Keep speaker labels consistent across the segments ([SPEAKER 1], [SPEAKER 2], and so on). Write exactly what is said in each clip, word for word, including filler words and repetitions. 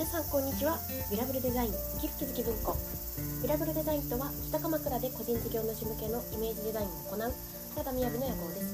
[SPEAKER 1] 皆さんこんにちは。ビラブルデザイン生きる気づき文庫。ビラブルデザインとは北鎌倉で個人事業主向けのイメージデザインを行う原田みやびの野望です。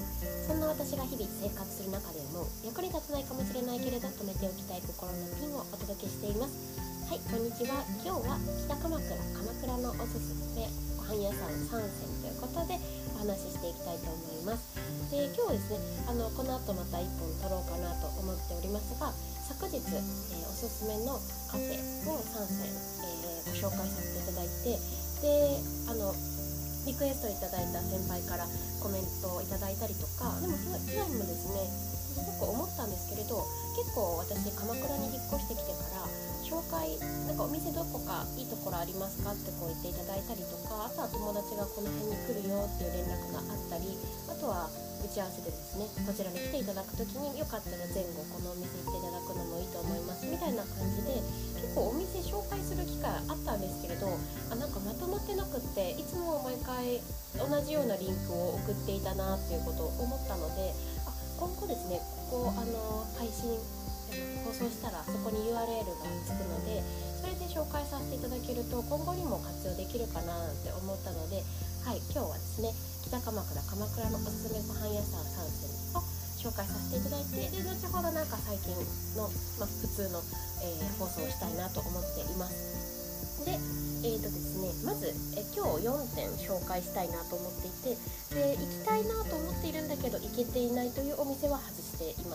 [SPEAKER 1] そんな私が日々生活する中で思う役に立たないかもしれないけれど止めておきたい心のピンをお届けしています。はい、こんにちは。今日は北鎌倉鎌倉のおすすめご飯屋さんさんせんということでお話ししていきたいと思います。で今日ですねあのこの後またいっぽん撮ろうかなと思っておりますが、昨日、えー、おすすめのカフェをさんせん、えー、ご紹介させていただいて、であのリクエストいただいた先輩からコメントをいただいたりとか、でもそれ以外にもですねすごく思ったんですけれど、結構私鎌倉に引っ越してきてから紹介なんかお店どこかいいところありますかってこう言っていただいたりとか、あとは友達がこの辺に来るよっていう連絡があったり、あとは打ち合わせでですねこちらに来ていただくときによかったら前後このお店行っていただくのもいいと思いますみたいな感じで結構お店紹介する機会あったんですけれど、あなんかまとまってなくっていつも毎回同じようなリンクを送っていたなっていうことを思ったので、あ今後ですねここあの配信放送したらそこに ユーアールエル がつくので、それで紹介させていただけると今後にも活用できるかなって思ったので、はい、今日はですね北鎌倉鎌倉のおすすめご飯屋さんさんせんを紹介させていただいて、で後ほどなんか最近の、まあ、普通の、えー、放送をしたいなと思っています。で、えーとですね、まずえ今日よんてん紹介したいなと思っていて、で行きたいなと思っているんだけど行けていないというお店は外しています。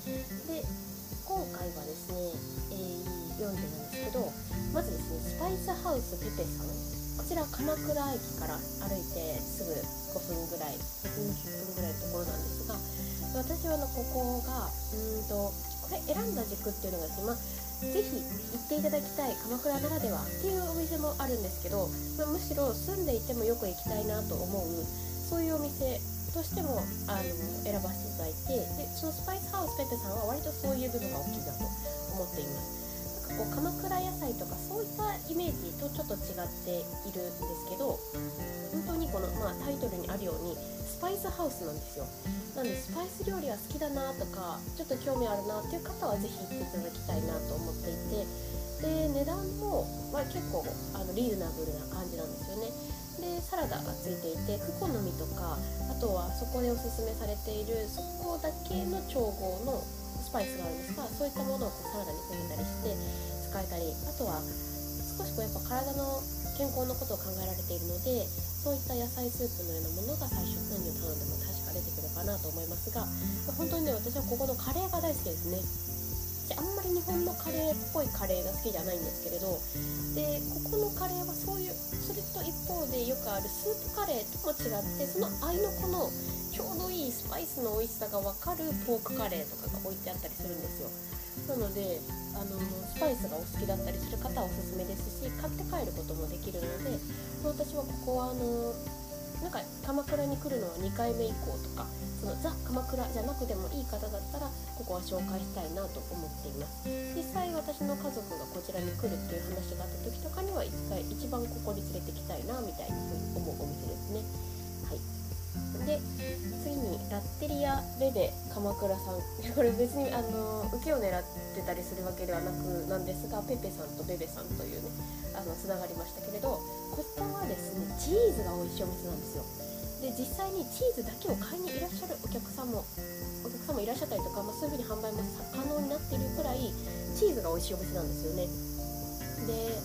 [SPEAKER 1] で今回はですね、えー、よんてんなんですけど、まずですねスパイスハウスペペさん、こちら鎌倉駅から歩いてすぐごふんぐらいごふんじゅっぷんぐらいのところなんですが、私はのここがうんとこれ選んだ軸っていうのがですね、まあ、ぜひ行っていただきたい鎌倉ならではっていうお店もあるんですけど、まあ、むしろ住んでいてもよく行きたいなと思うそういうお店としてもあの選ばせていただいて、でそのスパイスハウスペペさんは割とそういう部分が大きいなと思っています。こう鎌倉野菜とかそういったイメージとちょっと違っているんですけど、本当にこの、まあ、タイトルにあるようにスパイスハウスなんですよ。なのでスパイス料理は好きだなとかちょっと興味あるなっていう方はぜひ行っていただきたいなと思っていて、で値段も、まあ、結構あのリーズナブルな感じなんですよね。でサラダがついていてクコの実とか、あとはそこでおすすめされているそこだけの調合のスパイスがあるんですが、そういったものをこうサラダにかけたりして使えたり、あとは少しこうやっぱ体の健康のことを考えられているので、そういった野菜スープのようなものが最初何を頼んでも確か出てくるかなと思いますが、本当にね私はここのカレーが大好きですね。あんまり日本のカレーっぽいカレーが好きじゃないんですけれど、でここのカレーはそういうそれと一方でよくあるスープカレーとも違って、その合いの子のちょうどいいスパイスの美味しさが分かるポークカレーとかが置いてあったりするんですよ。なのであのスパイスがお好きだったりする方はおすすめですし、買って帰ることもできるので、私はここはあのなんか鎌倉に来るのはにかいめ以降とか、そのザ鎌倉じゃなくてもいい方だったらここは紹介したいなと思っています。実際私の家族がこちらに来るっていう話があった時とかには一回一番ここに連れてきたいなみたいに思うお店ですね。はい。で次にラッテリアベベ鎌倉さん、これ別にあの受けを狙ってたりするわけではなくなんですが、ペペさんとベベさんというねあのつながりましたけれど、こちらはですねチーズが美味しいお店なんですよ。で実際にチーズだけを買いにいらっしゃるお客さんもお客さんもいらっしゃったりとか、まあ、そういう風に販売も可能になっているくらいチーズが美味しいお店なんですよね。で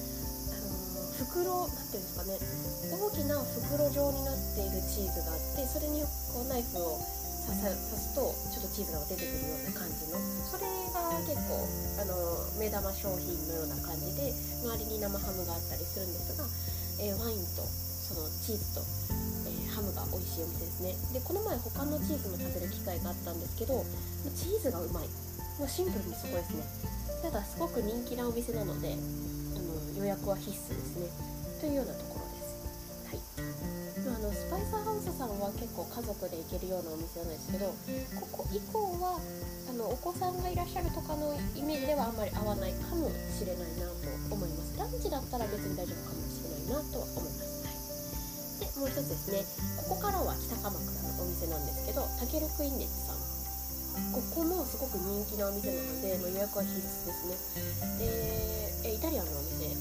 [SPEAKER 1] 袋なんていうんですかね、大きな袋状になっているチーズがあって、それにこうナイフを刺すとちょっとチーズが出てくるような感じの、それが結構あの目玉商品のような感じで、周りに生ハムがあったりするんですが、えー、ワインとそのチーズと、えー、ハムが美味しいお店ですね。でこの前他のチーズも食べる機会があったんですけど、チーズがうまい、もうシンプルにそこですね。ただすごく人気なお店なので予約は必須ですねというようなところです。はい。あのスパイスハウスさんは結構家族で行けるようなお店なんですけど、ここ以降はあのお子さんがいらっしゃるとかのイメージではあんまり合わないかもしれないなと思います。ランチだったら別に大丈夫かもしれないなとは思います。はい。でもう一つですね、ここからは北鎌倉のお店なんですけど、タケルクインネッツさんここもすごく人気なお店なので、まあ、予約は必須ですね。で、えイタリアンのお店です。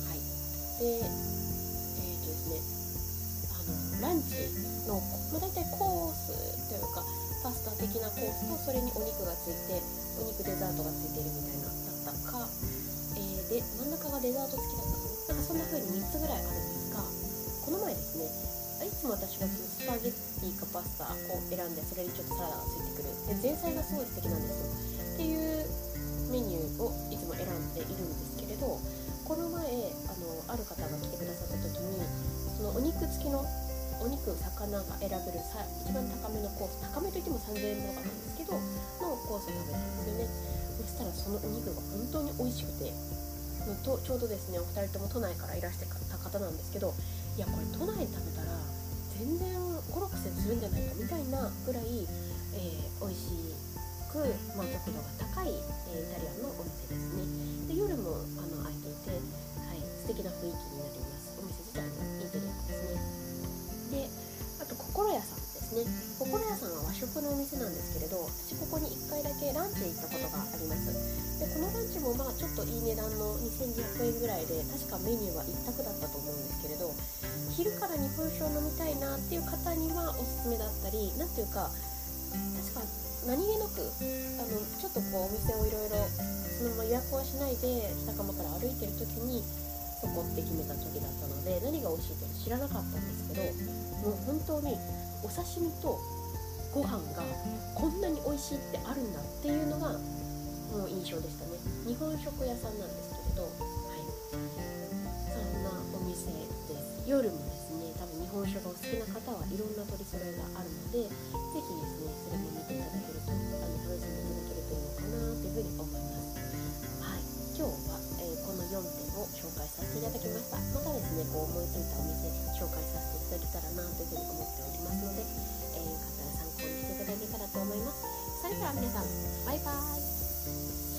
[SPEAKER 1] はい。で、えーとですね、あのランチの、まあ、大体コースというかパスタ的なコースと、それにお肉がついて、お肉デザートがついているみたいなだったか、えー、で真ん中がデザート付きだったかな、なんかそんな風にみっつぐらいあるんですが、この前ですね、いつも私がそのスパゲッティかパスタを選んで、それにちょっとサラダがついてくる、で前菜がすごい素敵なんですよっていうメニューをいつも選んでいるんですけれど、この前あのある方が来てくださった時に、そのお肉付きのお肉魚が選べるさ一番高めのコース、高めといってもさんぜんえんとかなんですけどのコースを食べたんですよね。そしたらそのお肉が本当に美味しくて、とちょうどですね、お二人とも都内からいらしてた方なんですけど、いやこれ都内で食べたら全然ごろくせんするんじゃないかみたいなぐらい、えー、美味しく満足度が高い、えー、イタリアンのお店ですね。で夜もあの開いていて、はい、素敵な雰囲気になります。お店自体のインテリアですね。で、あと心屋さんですね。心屋さんは和食のお店なんですけれど、私ここにいっかいだけランチ行ったことがあります。でこのランチもまあちょっといい値段のにせんにひゃくえんぐらいで、確かメニューは一択だったと思うんですけれど、昼から日本酒を飲みたいなっていう方にはおすすめだったり、なんていうか確か何気なくあのちょっとこうお店をいろいろそのまま予約はしないで北鎌から歩いてる時にそこって決めた時だったので、何が美味しいって知らなかったんですけど、もう本当にお刺身とご飯がこんなに美味しいってあるんだっていうのがもう印象でしたね。日本食屋さんなんですけれど、はい、そんなお店です。夜もですね、多分日本酒がお好きな方はいろんな取り揃えがあるので、ぜひですねそれも見ていただけると、あの楽しんでいただけるといいのかなというふうに思います。はい、今日は、えー、このよんてんを紹介させていただきました。またですね、こう思いついたお店紹介させていただけたらなというふうに思っておりますので、えー、よかったら参考にしていただけたらと思います。それでは皆さん、バイバイ。